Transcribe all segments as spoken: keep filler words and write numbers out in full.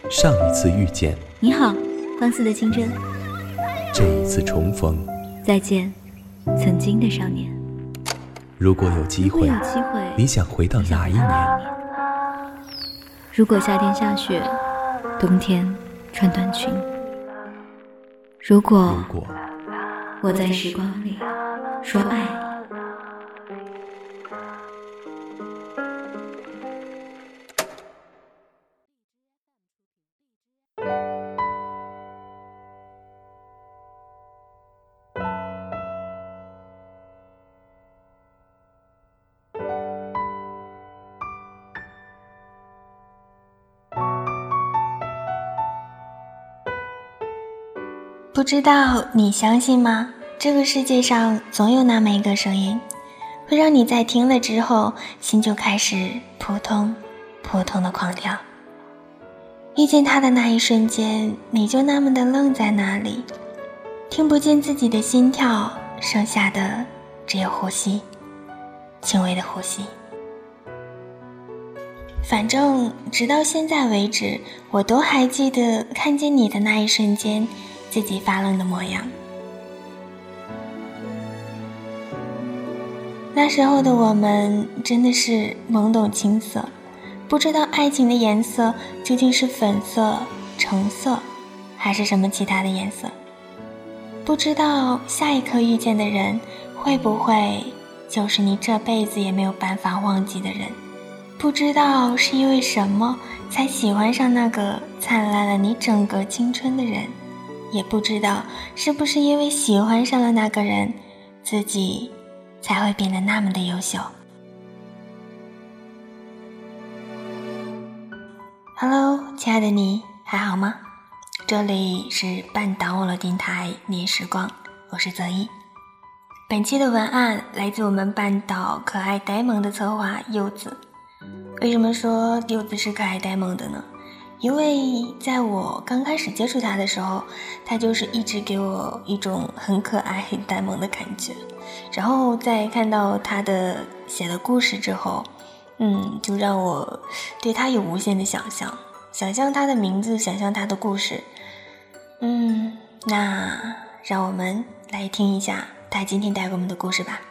上一次遇见， 你好，放肆的清真。 这一次重逢， 再见，曾经的少年。 如果有机会， 有机会你想回到哪一年？ 如果夏天下雪，冬天穿短裙。如果如果我在时光里说爱你。 不知道你相信吗？这个世界上总有那么一个声音，会让你在听了之后，心就开始扑通扑通的狂跳。遇见他的那一瞬间，你就那么的愣在那里，听不见自己的心跳，剩下的只有呼吸，轻微的呼吸。反正直到现在为止，我都还记得看见你的那一瞬间自己发愣的模样。那时候的我们真的是懵懂青涩，不知道爱情的颜色究竟是粉色、橙色还是什么其他的颜色，不知道下一刻遇见的人会不会就是你这辈子也没有办法忘记的人，不知道是因为什么才喜欢上那个灿烂了你整个青春的人，也不知道是不是因为喜欢上了那个人，自己才会变得那么的优秀。 Hello， 亲爱的你还好吗？这里是半岛网络电台念时光，我是泽一。本期的文案来自我们半岛可爱呆萌的策划柚子。为什么说柚子是可爱呆萌的呢？因为在我刚开始接触他的时候，他就是一直给我一种很可爱很呆萌的感觉，然后在看到他的写的故事之后，嗯，就让我对他有无限的想象，想象他的名字，想象他的故事。嗯，那让我们来听一下他今天带给我们的故事吧。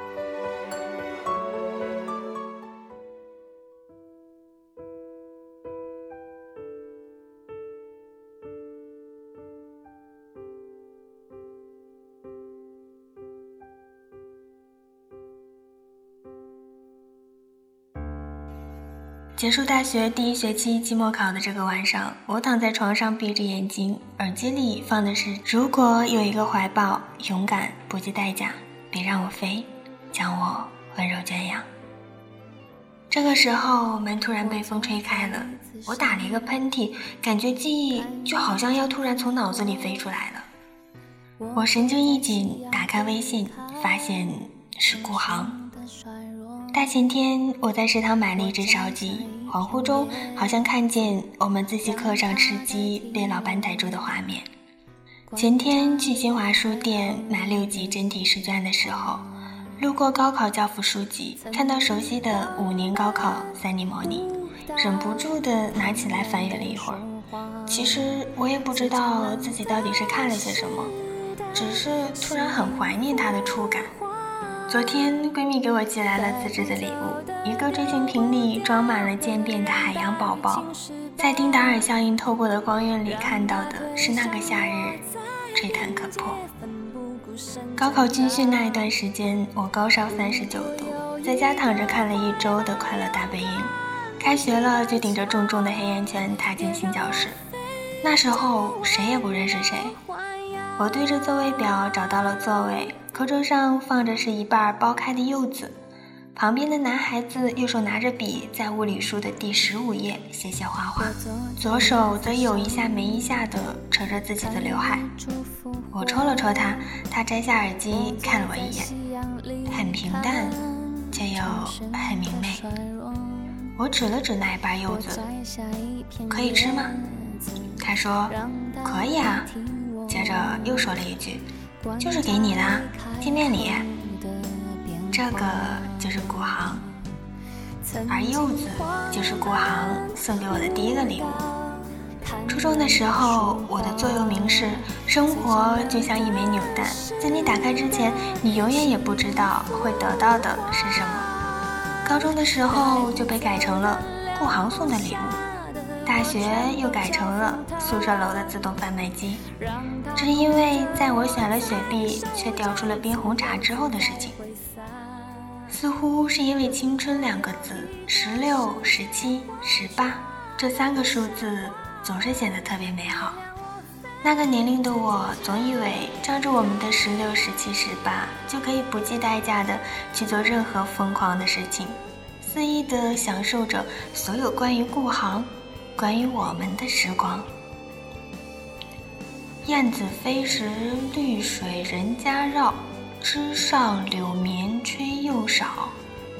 结束大学第一学期期末考的这个晚上，我躺在床上闭着眼睛，耳机里放的是如果有一个怀抱，勇敢不计代价，别让我飞，将我温柔圈养。这个时候门突然被风吹开了，我打了一个喷嚏，感觉记忆就好像要突然从脑子里飞出来了。我神经一紧，打开微信，发现是顾航。大前天我在食堂买了一只烧鸡，恍惚中好像看见我们自习课上吃鸡被老板逮住的画面。前天去新华书店买六级真题试卷的时候，路过高考教辅书籍，看到熟悉的五年高考三年模拟，忍不住的拿起来翻阅了一会儿。其实我也不知道自己到底是看了些什么，只是突然很怀念它的触感。昨天闺蜜给我寄来了自制的礼物，一个锥形瓶里装满了渐变的海洋宝宝，在丁达尔效应透过的光晕里看到的是那个夏日吹弹可破。高考军训那一段时间，我高烧三十九度，在家躺着看了一周的快乐大本营，开学了就顶着重重的黑眼圈踏进新教室。那时候谁也不认识谁，我对着座位表找到了座位，课桌上放着是一半剥开的柚子，旁边的男孩子右手拿着笔在物理书的第十五页写写画画，左手则有一下没一下的扯着自己的刘海。我戳了戳他，他摘下耳机看了我一眼，很平淡却又很明媚。我指了指那一半柚子，可以吃吗？他说可以啊，接着又说了一句，就是给你的见面礼。这个就是顾航，而柚子就是顾航送给我的第一个礼物。 初中的时候，我的座右铭是生活就像一枚扭蛋，在你打开之前，你永远也不知道会得到的是什么。高中的时候就被改成了顾航送的礼物，大学又改成了宿舍楼的自动贩卖机，这是因为在我选了雪碧却掉出了冰红茶之后的事情。似乎是因为青春两个字，十六、十七、十八这三个数字总是显得特别美好。那个年龄的我总以为仗着我们的十六、十七、十八就可以不计代价的去做任何疯狂的事情，肆意的享受着所有关于顾航、关于我们的时光。燕子飞时绿水人家绕，枝上柳绵吹又少。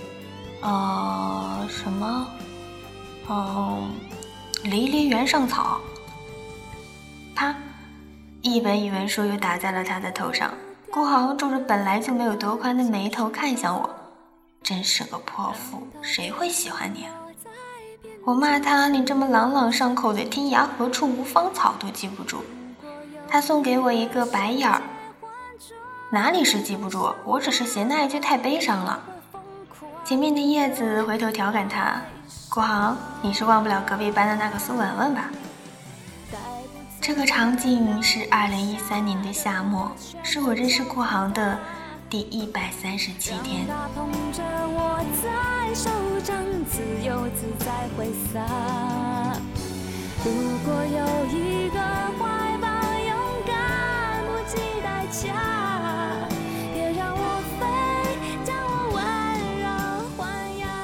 呃，什么？嗯，离离原上草。啪！一本语文书又打在了他的头上。顾航皱着本来就没有多宽的眉头看向我，真是个泼妇，谁会喜欢你啊？我骂他连这么朗朗上口的天涯何处无芳草都记不住。他送给我一个白眼儿，哪里是记不住，我只是嫌那一句太悲伤了。前面的叶子回头调侃他，顾航，你是忘不了隔壁班的那个苏文文吧？这个场景是二零一三年的夏末，是我认识顾航的第一百三十七天。 捧着我在手掌，自由自在挥洒。如果有一个怀抱，勇敢不计代价，别让我飞，将我温柔豢养。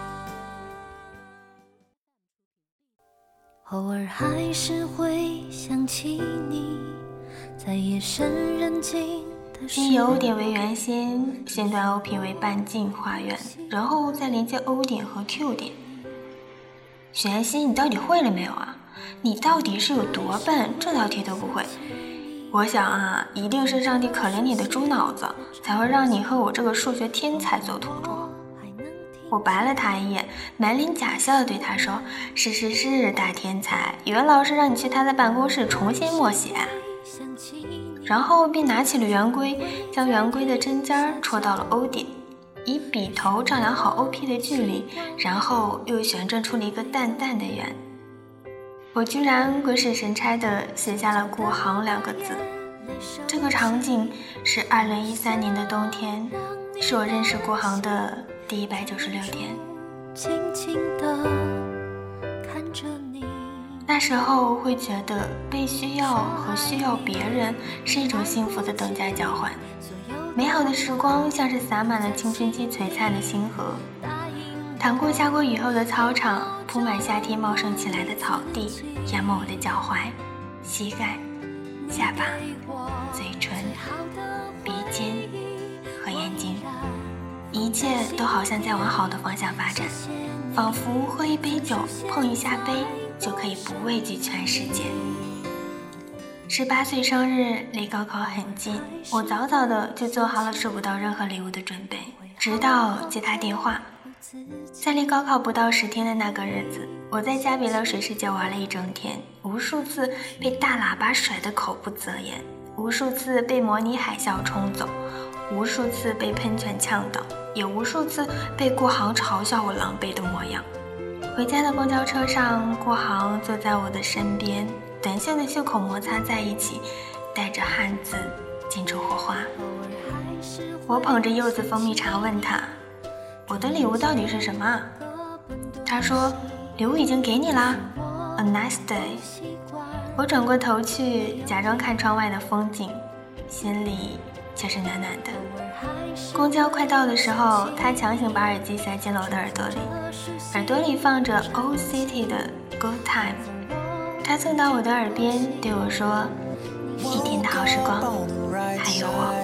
偶尔还是会想起你，在夜深人静。 先由 O 点为圆心，先断 O P 为半径画圆，然后再连接 O 点和 Q 点。许安熙，你到底会了没有啊？你到底是有多笨，这道题都不会？我想啊，一定是上帝可怜你的猪脑子，才会让你和我这个数学天才做同桌。我白了他一眼，满脸假笑地对他说：是是是，大天才，语文老师让你去他的办公室重新默写。然后便拿起了圆规，将圆规的针尖戳到了 O 点，以笔头丈量好 O P 的距离，然后又旋转出了一个淡淡的圆。我居然鬼使神差地写下了顾航两个字。这个场景是二零一三年的冬天，是我认识顾航的第一百九十六天。 轻轻地看着你， 那时候会觉得被需要和需要别人是一种幸福的等价交换，美好的时光像是洒满了青春期璀璨的星河，淌过下过雨后的操场，铺满夏天茂盛起来的草地，淹没我的脚踝、膝盖、下巴、嘴唇、鼻尖和眼睛，一切都好像在往好的方向发展，仿佛喝一杯酒，碰一下杯就可以不畏惧全世界。十八岁生日离高考很近，我早早的就做好了收不到任何礼物的准备，直到接他电话。在离高考不到十天的那个日子，我在加比勒水世界玩了一整天，无数次被大喇叭甩得口不择言，无数次被模拟海啸冲走，无数次被喷泉呛倒，也无数次被顾航嘲笑我狼狈的模样。回家的公交车上，顾航坐在我的身边，短袖的袖口摩擦在一起，带着汗渍溅出火花。我捧着柚子蜂蜜茶问他，我的礼物到底是什么？他说，礼物已经给你啦 A nice day。 我转过头去假装看窗外的风景，心里却是暖暖的。公交快到的时候，他强行把耳机塞进了我的耳朵里，耳朵里放着 Old City 的 Good Time。 他凑到我的耳边对我说，一天的好时光还有我。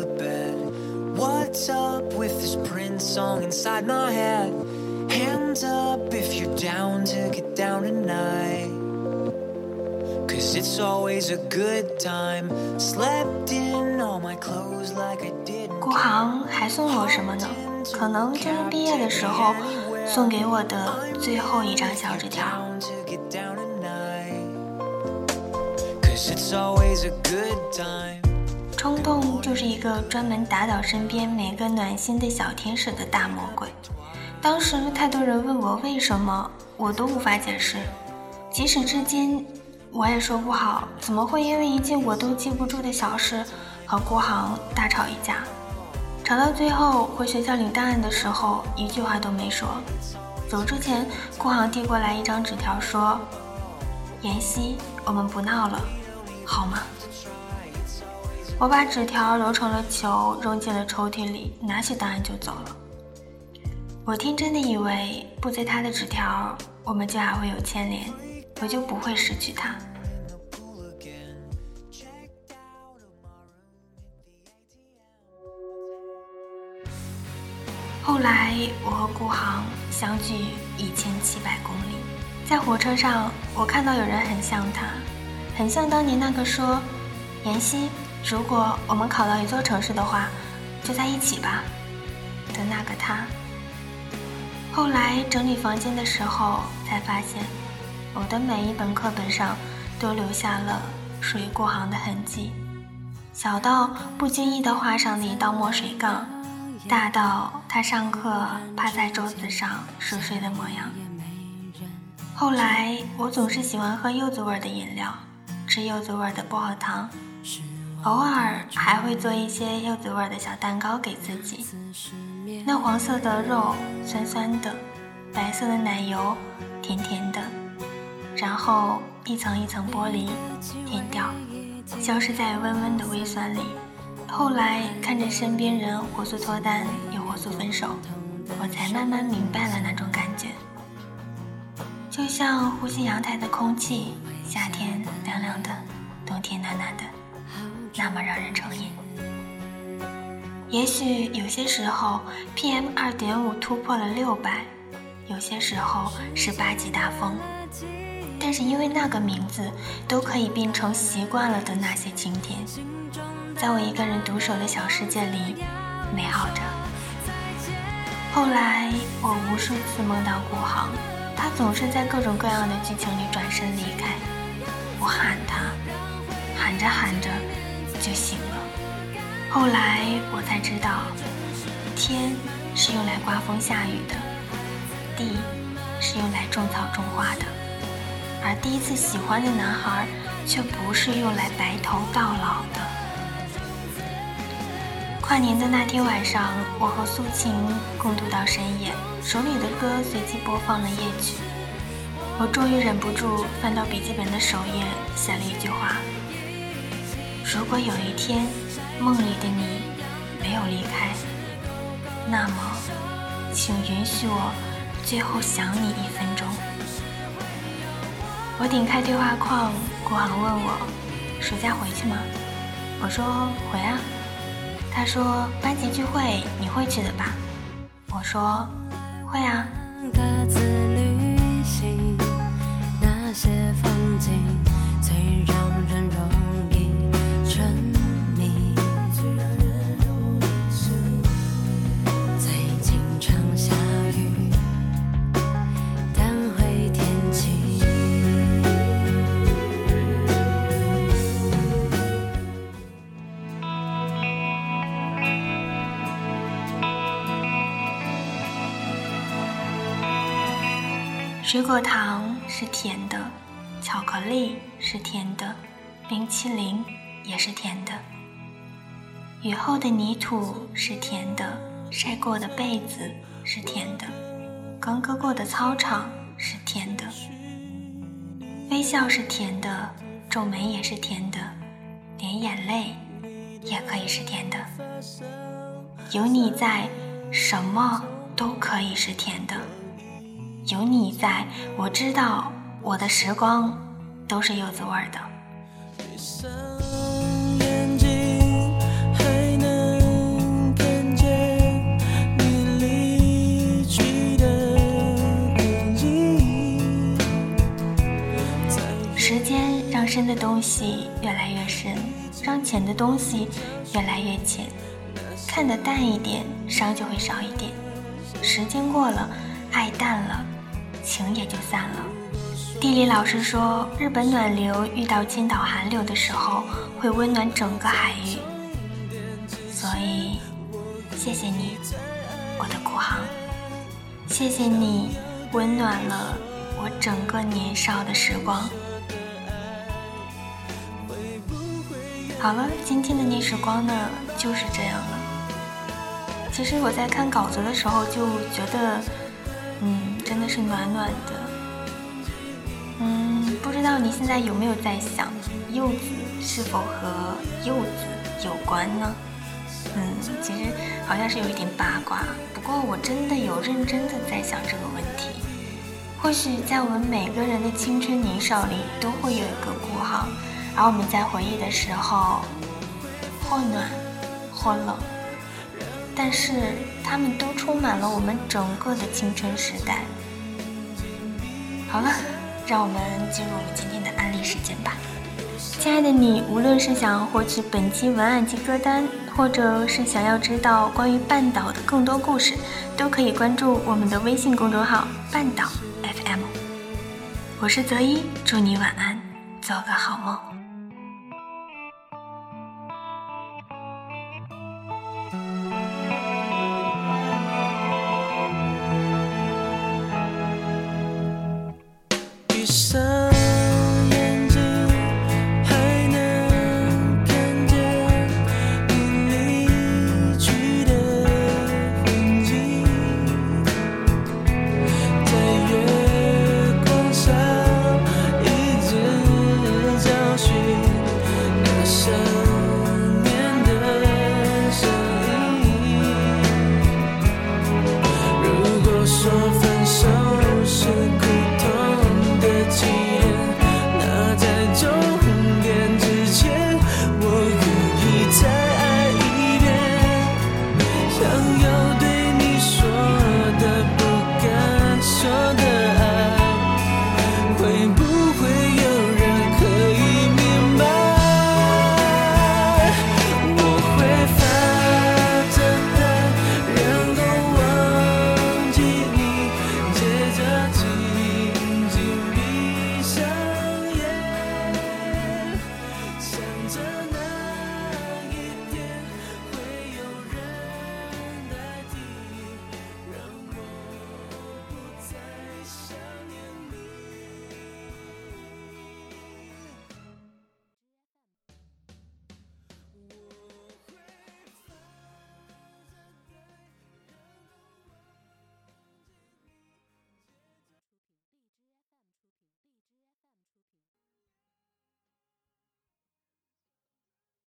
What's up with this Prince song inside my head? Hands up if you're down to get down tonight. Cause it's always a good time. Slept in all my clothes like I didn't. 顾航还送我什么呢？可能就是毕业的时候送给我的最后一张小纸条。 'cause it's always a good time。 冲动就是一个专门打倒身边每个暖心的小天使的大魔鬼。当时太多人问我为什么，我都无法解释，即使至今我也说不好，怎么会因为一件我都记不住的小事和顾航大吵一架。吵到最后回学校领档案的时候，一句话都没说。走之前，顾航递过来一张纸条说：妍希，我们不闹了，好吗？我把纸条揉成了球，扔进了抽屉里，拿起档案就走了。我天真的以为不接他的纸条，我们就还会有牵连，我就不会失去他。后来我和顾航相距一千七百公里，在火车上我看到有人很像他，很像当年那个说妍希，如果我们考到一座城市的话，就在一起吧的那个他。后来整理房间的时候才发现，我的每一本课本上都留下了属于顾航的痕迹，小到不经意地画上的一道墨水杠，大到他上课趴在桌子上熟睡的模样。后来我总是喜欢喝柚子味的饮料，吃柚子味的薄荷糖，偶尔还会做一些柚子味的小蛋糕给自己。那黄色的肉酸酸的，白色的奶油甜甜的，然后一层一层剥离甜掉，消失在温温的微酸里。后来看着身边人火速脱单又火速分手，我才慢慢明白了那种感觉，就像呼吸阳台的空气，夏天凉凉的，冬天暖暖的，那么让人成瘾。也许有些时候 P M 二点五 突破了六百，有些时候是八级大风，但是因为那个名字都可以变成习惯了的那些晴天，在我一个人独守的小世界里美好着。后来我无数次梦到顾航，他总是在各种各样的剧情里转身离开，我喊他，喊着喊着就醒了。后来我才知道，天是用来刮风下雨的，地是用来种草种花的，而第一次喜欢的男孩却不是用来白头到老的。跨年的那天晚上，我和素琴共度到深夜，手里的歌随机播放了夜曲。我终于忍不住翻到笔记本的首页，写了一句话：如果有一天梦里的你没有离开，那么请允许我最后想你一分钟。我点开对话框，顾航问我暑假回去吗？我说回啊。他说班级聚会你会去的吧？我说会啊。 各自旅行，那些风景最让人容易沉迷，最经常下雨，但会天晴。 水果糖是甜的，巧克力是甜的，冰淇淋也是甜的。雨后的泥土是甜的，晒过的被子是甜的，刚割过的操场是甜的。微笑是甜的，皱眉也是甜的，连眼泪也可以是甜的。有你在，什么都可以是甜的。有你在，我知道我的时光都是柚子味的。 闭上眼睛，还能看见你离去的痕迹。 时间让深的东西越来越深，让浅的东西越来越浅。看得淡一点，伤就会少一点。时间过了，爱淡了，情也就散了。 地理老师说，日本暖流遇到青岛寒流的时候会温暖整个海域，所以谢谢你，我的孤航，谢谢你温暖了我整个年少的时光。好了，今天的逆时光呢就是这样了。其实我在看稿子的时候就觉得嗯，真的是暖暖的。嗯，不知道你现在有没有在想，柚子是否和柚子有关呢？嗯，其实好像是有一点八卦，不过我真的有认真的在想这个问题。或许在我们每个人的青春年少里都会有一个孤航，而我们在回忆的时候或暖或冷，但是它们都充满了我们整个的青春时代。好了，让我们进入今天的安利时间吧。亲爱的你，无论是想获取本期文案及歌单，或者是想要知道关于半岛的更多故事，都可以关注我们的微信公众号半岛 F M。 我是泽一，祝你晚安，做个好梦。